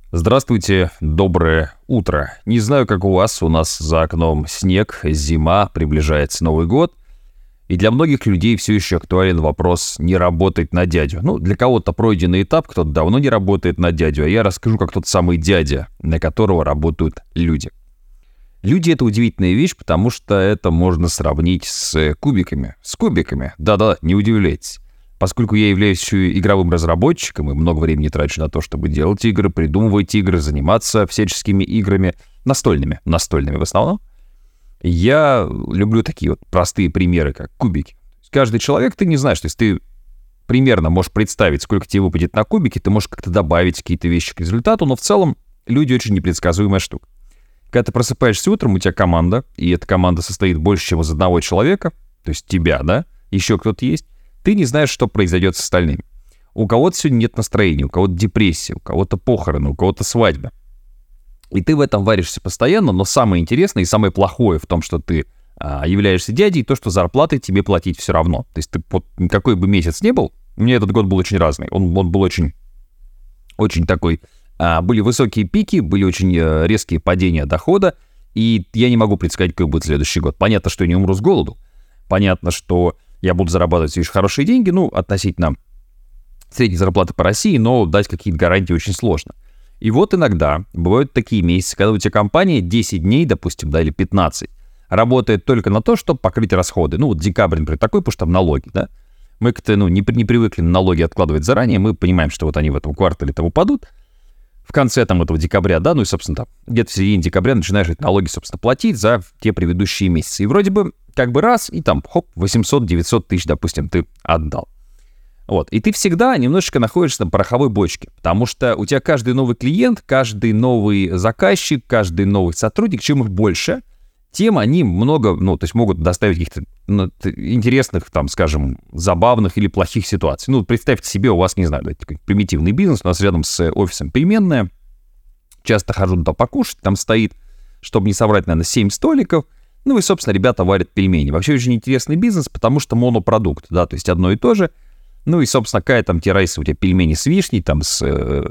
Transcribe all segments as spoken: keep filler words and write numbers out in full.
Здравствуйте, доброе утро. Не знаю, как у вас, у нас за окном снег, зима, приближается Новый год. И для многих людей все еще актуален вопрос не работать на дядю. Ну, для кого-то пройденный этап, кто-то давно не работает на дядю, а я расскажу, как тот самый дядя, на которого работают люди. Люди — это удивительная вещь, потому что это можно сравнить с кубиками. С кубиками, да-да, не удивляйтесь. Поскольку я являюсь еще игровым разработчиком и много времени трачу на то, чтобы делать игры, придумывать игры, заниматься всяческими играми, настольными, настольными в основном, я люблю такие вот простые примеры, как кубики. Каждый человек, ты не знаешь, то есть ты примерно можешь представить, сколько тебе выпадет на кубики, ты можешь как-то добавить какие-то вещи к результату, но в целом люди очень непредсказуемая штука. Когда ты просыпаешься утром, у тебя команда, и эта команда состоит больше, чем из одного человека, то есть тебя, да, еще кто-то есть, ты не знаешь, что произойдет с остальными. У кого-то сегодня нет настроения, у кого-то депрессия, у кого-то похороны, у кого-то свадьба. И ты в этом варишься постоянно, но самое интересное и самое плохое в том, что ты а, являешься дядей, то, что зарплаты тебе платить все равно. То есть ты вот, какой бы месяц ни был, у меня этот год был очень разный, он, он был очень, очень такой, а, были высокие пики, были очень а, резкие падения дохода, и я не могу предсказать, какой будет следующий год. Понятно, что я не умру с голоду, понятно, что я буду зарабатывать очень хорошие деньги, ну, относительно средней зарплаты по России, но дать какие-то гарантии очень сложно. И вот иногда бывают такие месяцы, когда у тебя компания десять дней, допустим, да, или пятнадцать, работает только на то, чтобы покрыть расходы. Ну, вот декабрь, например, такой, потому что там налоги, да. Мы как-то, ну, не, не привыкли налоги откладывать заранее, мы понимаем, что вот они в этом квартале там упадут, в конце там этого декабря, да, ну и, собственно, там, где-то в середине декабря начинаешь эти налоги, собственно, платить за те предыдущие месяцы. И вроде бы как бы раз, и там, хоп, восемьсот-девятьсот тысяч, допустим, ты отдал. Вот, и ты всегда немножечко находишься на пороховой бочке, потому что у тебя каждый новый клиент, каждый новый заказчик, каждый новый сотрудник, чем их больше, тем они много, ну, то есть могут доставить каких-то ну, интересных, там, скажем, забавных или плохих ситуаций. Ну, представьте себе, у вас, не знаю, давайте, примитивный бизнес, у нас рядом с офисом переменная, часто хожу туда покушать, там стоит, чтобы не соврать, наверное, семь столиков, ну и, собственно, ребята варят пельмени. Вообще очень интересный бизнес, потому что монопродукт, да, то есть одно и то же. Ну и, собственно, какая там те райсы у тебя пельмени с вишней, там с,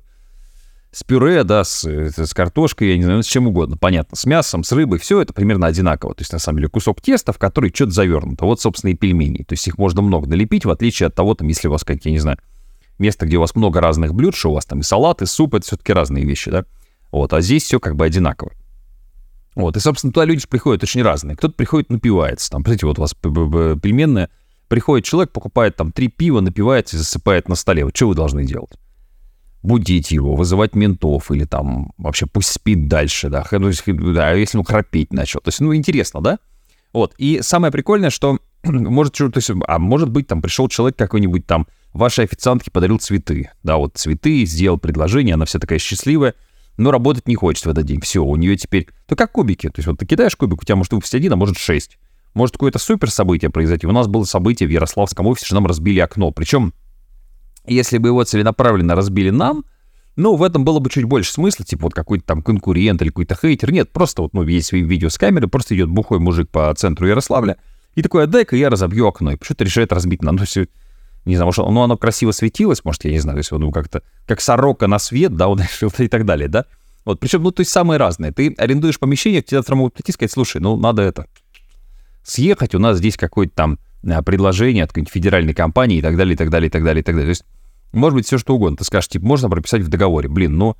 с пюре, да, с, с картошкой, я не знаю, с чем угодно, понятно, с мясом, с рыбой, все это примерно одинаково. То есть, на самом деле, кусок теста, в который что-то завернуто. Вот, собственно, и пельмени. То есть их можно много налепить, в отличие от того, там, если у вас, как я не знаю, место, где у вас много разных блюд, что у вас там и салат, и суп, это все-таки разные вещи, да. Вот, а здесь все как бы одинаково. Вот, и, собственно, туда люди приходят очень разные. Кто-то приходит, напивается. Там, смотрите, вот у вас пельменная, приходит человек, покупает там три пива, напивается и засыпает на столе. Вот что вы должны делать? Будить его, вызывать ментов или там вообще пусть спит дальше, да, да, если он храпеть начал. То есть, ну, интересно, да? Вот, и самое прикольное, что может, то есть, а может быть, там пришел человек какой-нибудь там, вашей официантке подарил цветы, да, вот цветы, сделал предложение, она вся такая счастливая, но работать не хочет в этот день. Все, у нее теперь... То как кубики. То есть вот ты кидаешь кубик, у тебя может выпасть один, а может шесть. Может какое-то супер событие произойти. У нас было событие в Ярославском офисе, что нам разбили окно. Причем, если бы его целенаправленно разбили нам, ну, в этом было бы чуть больше смысла. Типа вот какой-то там конкурент или какой-то хейтер. Нет, просто вот, ну, есть видео с камеры, просто идет бухой мужик по центру Ярославля и такой, а дай-ка я разобью окно. И почему-то решает разбить нам. Ну, все... Не знаю, может, ну, оно красиво светилось, может, я не знаю, то есть, ну, как-то, как сорока на свет, да, он решил и так далее, да. Вот, причем, ну, то есть, самые разные. Ты арендуешь помещение, тебе завтра могут прийти и сказать, слушай, ну, надо это, съехать, у нас здесь какое-то там предложение от какой-нибудь федеральной компании и так далее, и так далее, и так далее, и так далее. То есть, может быть, все что угодно. Ты скажешь, типа, можно прописать в договоре. Блин, ну,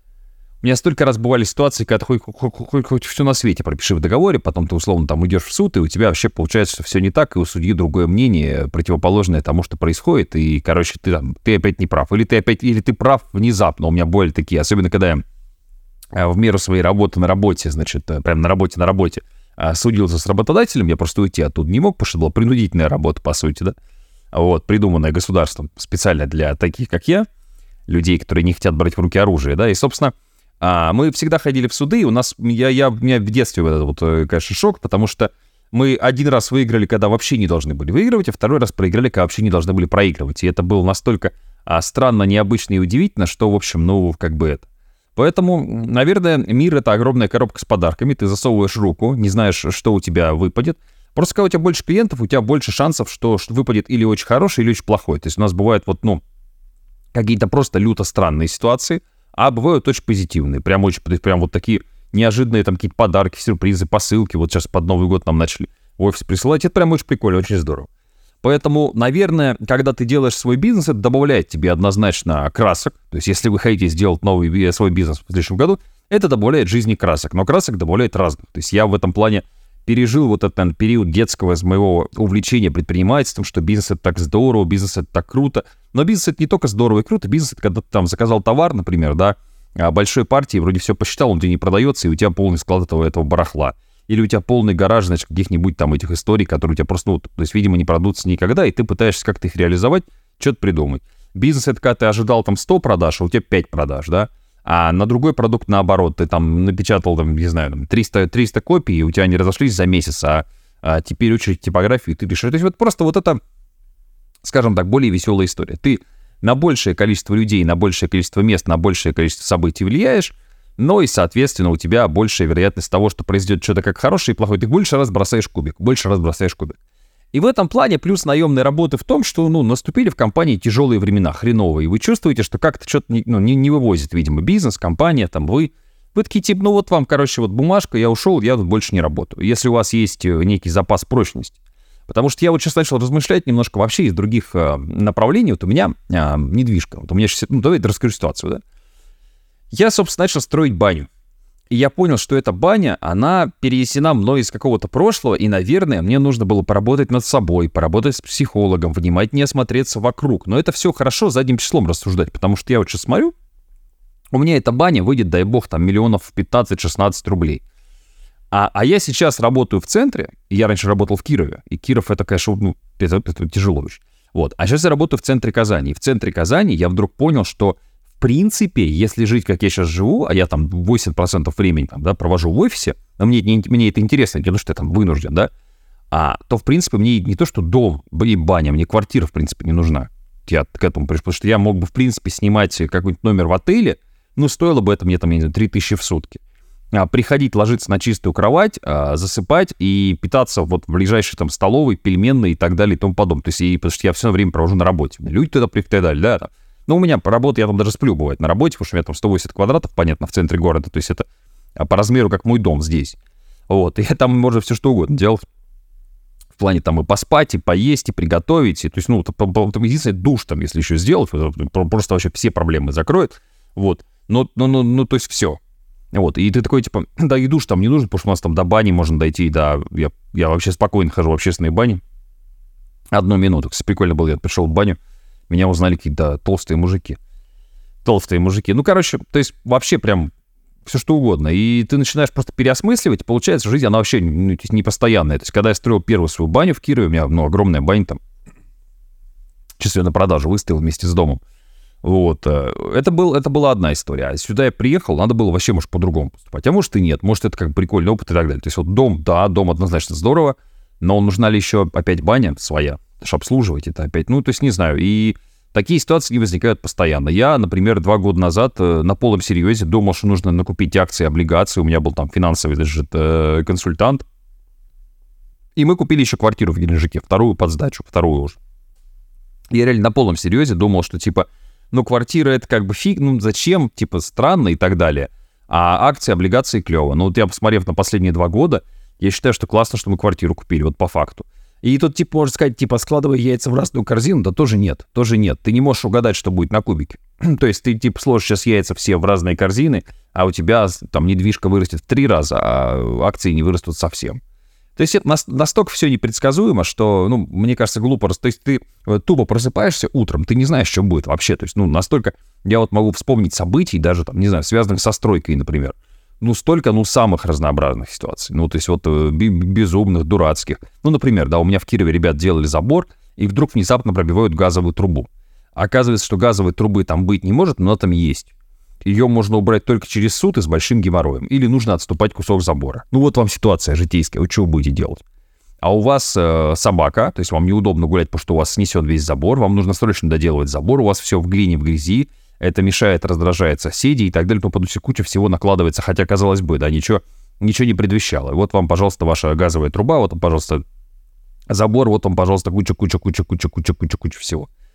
у меня столько раз бывали ситуации, когда ты хоть, хоть, хоть, хоть все на свете пропиши в договоре, потом ты, условно, там уйдешь в суд, и у тебя вообще получается, что все не так, и у судьи другое мнение, противоположное тому, что происходит, и, короче, ты там, ты опять не прав. Или ты опять, или ты прав внезапно. У меня были такие, особенно когда я в меру своей работы на работе, значит, прям на работе на работе, судился с работодателем, я просто уйти оттуда не мог, потому что это была принудительная работа, по сути, да, вот, придуманная государством специально для таких, как я, людей, которые не хотят брать в руки оружие, да, и, собственно, А, мы всегда ходили в суды, и у нас, я, я, у меня в детстве вот этот вот, конечно, шок, потому что мы один раз выиграли, когда вообще не должны были выигрывать, а второй раз проиграли, когда вообще не должны были проигрывать. И это было настолько а, странно, необычно и удивительно, что, в общем, ну, как бы это. Поэтому, наверное, мир — это огромная коробка с подарками, ты засовываешь руку, не знаешь, что у тебя выпадет. Просто когда у тебя больше клиентов, у тебя больше шансов, что выпадет или очень хороший, или очень плохой. То есть у нас бывают вот, ну, какие-то просто люто странные ситуации. А бывают очень позитивные, прям очень, то есть прям вот такие неожиданные там какие-то подарки, сюрпризы, посылки. Вот сейчас под Новый год нам начали в офис присылать. Это прям очень прикольно, очень здорово. Поэтому, наверное, когда ты делаешь свой бизнес, это добавляет тебе однозначно красок. То есть если вы хотите сделать новый свой бизнес в следующем году, это добавляет жизни красок. Но красок добавляет разных. То есть я в этом плане пережил вот этот, наверное, период детского из моего увлечения предпринимательством, что бизнес — это так здорово, бизнес — это так круто. Но бизнес — это не только здорово и круто. Бизнес — это когда ты там заказал товар, например, да, большой партии, вроде все посчитал, он тебе не продается, и у тебя полный склад этого, этого барахла. Или у тебя полный гараж, значит, каких-нибудь там этих историй, которые у тебя просто, ну, то есть, видимо, не продадутся никогда, и ты пытаешься как-то их реализовать, что-то придумать. Бизнес — это когда ты ожидал там сто продаж, а у тебя пять продаж, да? А на другой продукт, наоборот, ты там напечатал, там, не знаю, там, триста, триста копий, и у тебя они разошлись за месяц, а, а теперь очередь типографии ты решаешь. То есть вот просто вот это, скажем так, более веселая история. Ты на большее количество людей, на большее количество мест, на большее количество событий влияешь, но и, соответственно, у тебя большая вероятность того, что произойдет что-то как хорошее и плохое. Ты больше раз бросаешь кубик, больше раз бросаешь кубик. И в этом плане плюс наемной работы в том, что, ну, наступили в компании тяжелые времена, хреновые, и вы чувствуете, что как-то что-то не, ну, не, не вывозит, видимо, бизнес, компания, там, вы. Вы такие, типа, ну, вот вам, короче, вот бумажка, я ушел, я тут больше не работаю. Если у вас есть некий запас прочности. Потому что я вот сейчас начал размышлять немножко вообще из других э, направлений. Вот у меня э, недвижка, вот у меня сейчас, ну, давайте расскажу ситуацию, да. Я, собственно, начал строить баню. И я понял, что эта баня, она перенесена мной из какого-то прошлого, и, наверное, мне нужно было поработать над собой, поработать с психологом, внимательнее осмотреться вокруг. Но это все хорошо задним числом рассуждать, потому что я вот сейчас смотрю, у меня эта баня выйдет, дай бог, там миллионов пятнадцать-шестнадцать рублей. А, а я сейчас работаю в центре, и я раньше работал в Кирове, и Киров — это, конечно, ну, это, это тяжело очень. Вот. А сейчас я работаю в центре Казани, и в центре Казани я вдруг понял, что в принципе, если жить, как я сейчас живу, а я там восемьдесят процентов времени там, да, провожу в офисе, но мне, не, мне это интересно, не то, что я там вынужден, да, а, то, в принципе, мне не то, что дом и баня, мне квартира, в принципе, не нужна. Я к этому пришел, потому что я мог бы, в принципе, снимать какой-нибудь номер в отеле, ну, стоило бы это мне, там, не знаю, три тысячи в сутки. А приходить, ложиться на чистую кровать, а, засыпать и питаться вот в ближайшей там столовой, пельменной и так далее и тому подобное. То есть, и, потому что я все время провожу на работе. Люди туда приходят, да, там. Ну, у меня по работе, я там даже сплю, бывает, на работе, потому что у меня там сто восемьдесят квадратов, понятно, в центре города, то есть это по размеру как мой дом здесь. Вот, и там можно все что угодно делать. В плане там и поспать, и поесть, и приготовить, и, то есть, ну, там единственное, душ там, если еще сделать, просто вообще все проблемы закроет, вот. Ну, ну, ну, ну, то есть все. Вот, и ты такой, типа, да, и душ там не нужен, потому что у нас там до бани можно дойти, да, я, я вообще спокойно хожу в общественные бани. Одну минуту, кстати, прикольно было, я пришел в баню, меня узнали какие-то толстые мужики. Толстые мужики. Ну, короче, то есть вообще прям все что угодно. И ты начинаешь просто переосмысливать, и получается, жизнь, она вообще ну, непостоянная. То есть когда я строил первую свою баню в Кирове, у меня ну, огромная баня там, сейчас я на продажу выставил вместе с домом. Вот. Это, был, это была одна история. А сюда я приехал, надо было вообще, может, по-другому поступать. А может и нет. Может, это как прикольный опыт и так далее. То есть вот дом, да, дом однозначно здорово, но нужна ли еще опять баня своя? Чтобы обслуживать это опять. Ну, то есть, не знаю. И такие ситуации не возникают постоянно. Я, например, два года назад на полном серьезе думал, что нужно накупить акции, облигации. У меня был там финансовый даже консультант. И мы купили еще квартиру в Геленджике, вторую под сдачу, вторую уже. Я реально на полном серьезе думал, что типа, ну, квартира это как бы фиг, ну, зачем, типа, странно и так далее. А акции, облигации клево. Ну, вот я, посмотрев на последние два года, я считаю, что классно, что мы квартиру купили, вот по факту. И тут, типа, можно сказать, типа, складывай яйца в разную корзину, да тоже нет, тоже нет. Ты не можешь угадать, что будет на кубике. То есть ты, типа, сложишь сейчас яйца все в разные корзины, а у тебя там недвижка вырастет в три раза, а акции не вырастут совсем. То есть это настолько все непредсказуемо, что, ну, мне кажется, глупо. То есть ты тупо просыпаешься утром, ты не знаешь, что будет вообще. То есть, ну, настолько... Я вот могу вспомнить событий, даже, там, не знаю, связанных со стройкой, например. Ну, столько, ну, самых разнообразных ситуаций. Ну, то есть вот безумных, дурацких. Ну, например, да, у меня в Кирове ребят делали забор, и вдруг внезапно пробивают газовую трубу. Оказывается, что газовой трубы там быть не может, но она там есть. Ее можно убрать только через суд и с большим геморроем. Или нужно отступать кусок забора. Ну, вот вам ситуация житейская, вы что вы будете делать? А у вас э, собака, то есть вам неудобно гулять, потому что у вас снесет весь забор, вам нужно срочно доделывать забор, у вас все в глине, в грязи, это мешает, раздражает соседей и так далее, то по куча всего накладывается, хотя, казалось бы, да, ничего, ничего не предвещало. Вот вам, пожалуйста, ваша газовая труба, вот вам, пожалуйста, забор, вот вам, пожалуйста, куча-куча-куча-куча-куча-куча-куча всего.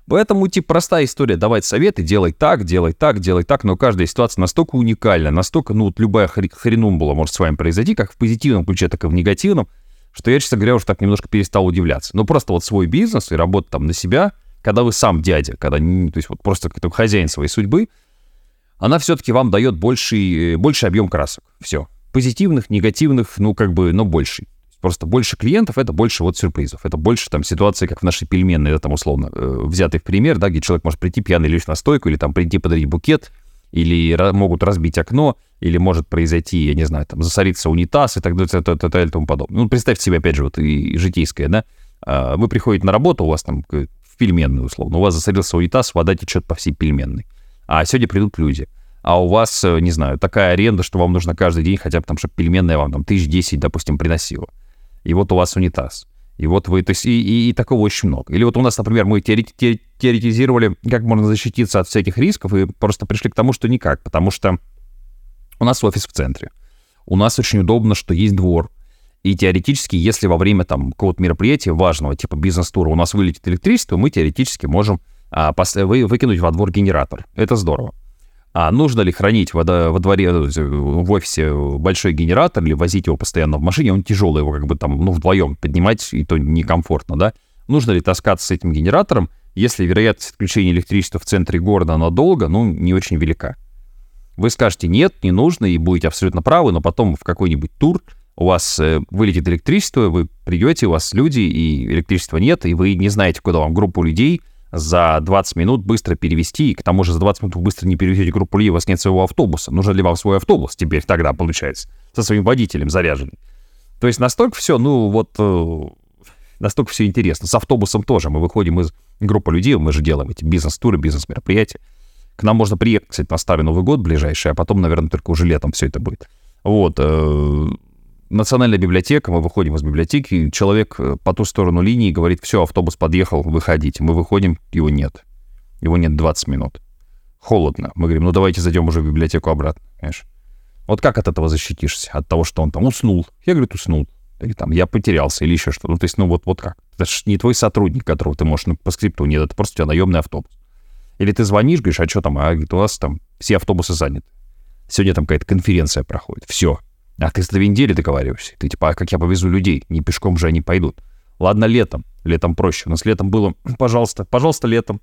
Поэтому, типа, простая история, давать советы, делай так, делай так, делай так, но каждая ситуация настолько уникальна, настолько, ну, вот любая хр- хренумбула может с вами произойти, как в позитивном ключе, так и в негативном, что я, честно говоря, уже так немножко перестал удивляться. Ну, просто вот свой бизнес и работа там на себя, когда вы сам дядя, когда, то есть вот просто как-то хозяин своей судьбы, она все-таки вам дает больший, больший объем красок. Все. Позитивных, негативных, ну, как бы, но больший. Просто больше клиентов — это больше вот сюрпризов. Это больше там ситуации, как в нашей пельменной, это там условно э, взятый в пример, да, где человек может прийти пьяный лечь на стойку, или там прийти подарить букет, или ра- могут разбить окно, или может произойти, я не знаю, там засориться унитаз и так далее, и, и, и, и тому подобное. Ну, представьте себе, опять же, вот и, и житейское, да. А, вы приходите на работу, у вас там в пельменную, условно, у вас засорился унитаз, вода течет по всей пельменной. А сегодня придут люди. А у вас, не знаю, такая аренда, что вам нужно каждый день хотя бы там, чтобы пельменная вам там тысяч десять, допустим, приносила. И вот у вас унитаз. И вот вы, то есть, и, и, и такого очень много. Или вот у нас, например, мы теоретизировали, теоретизировали, как можно защититься от всяких рисков, и просто пришли к тому, что никак, потому что у нас офис в центре. У нас очень удобно, что есть двор. И теоретически, если во время там какого-то мероприятия важного, типа бизнес-тура, у нас вылетит электричество, мы теоретически можем а, пос- вы, выкинуть во двор генератор. Это здорово. А нужно ли хранить во, во дворе, в офисе большой генератор или возить его постоянно в машине? Он тяжелый, его как бы там, ну, вдвоем поднимать, и то некомфортно, да? Нужно ли таскаться с этим генератором, если вероятность отключения электричества в центре города надолго, ну, не очень велика? Вы скажете, нет, не нужно, и будете абсолютно правы, но потом в какой-нибудь тур у вас э, вылетит электричество, вы придете, у вас люди, и электричества нет, и вы не знаете, куда вам группу людей за двадцать минут быстро перевести, и к тому же за двадцать минут вы быстро не перевезете группу людей, у вас нет своего автобуса. Нужен ли вам свой автобус теперь тогда, получается, со своим водителем заряженный? То есть настолько все, ну вот, э, настолько все интересно. С автобусом тоже. Мы выходим из группы людей, мы же делаем эти бизнес-туры, бизнес-мероприятия. К нам можно приехать, кстати, на Старый Новый год ближайший, а потом, наверное, только уже летом все это будет. Вот. Э, Национальная библиотека, мы выходим из библиотеки, человек по ту сторону линии говорит, все, автобус подъехал, выходите. Мы выходим, его нет. Его нет двадцать минут. Холодно. Мы говорим, ну давайте зайдем уже в библиотеку обратно, понимаешь? Вот как от этого защитишься? От того, что он там уснул. Я, говорю, уснул. Или там, я потерялся, или еще что-то. Ну, то есть, ну вот, вот как? Это же не твой сотрудник, которого ты можешь, ну, по скрипту нет, это просто у тебя наемный автобус. Или ты звонишь, говоришь, а что там? А говорит, у вас там все автобусы заняты. Сегодня там какая-то конференция проходит. Все. А ты за две недели договариваешься. Ты типа, а как я повезу людей? Не пешком же они пойдут. Ладно, летом. Летом проще. У нас летом было, пожалуйста, пожалуйста, летом.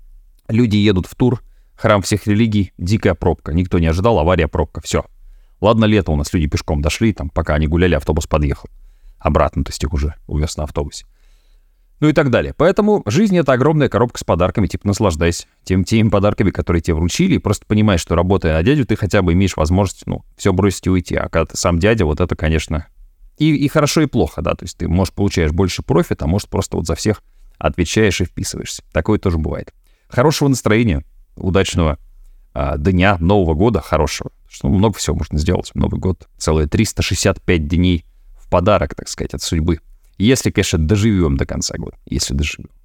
Люди едут в тур, храм всех религий, дикая пробка. Никто не ожидал, авария, пробка. Все. Ладно, лето у нас люди пешком дошли, там, пока они гуляли, автобус подъехал. Обратно, то есть их уже увез на автобусе. Ну и так далее. Поэтому жизнь — это огромная коробка с подарками, типа наслаждайся тем, теми подарками, которые тебе вручили, и просто понимай, что, работая на дядю, ты хотя бы имеешь возможность, ну, все бросить и уйти. А когда ты сам дядя, вот это, конечно, и, и хорошо, и плохо, да, то есть ты, может, получаешь больше профита, а может, просто вот за всех отвечаешь и вписываешься. Такое тоже бывает. Хорошего настроения, удачного а, дня, Нового года, хорошего. Что ну, много всего можно сделать в Новый год. Целые триста шестьдесят пять дней в подарок, так сказать, от судьбы. Если, конечно, доживем до конца года. Если доживем.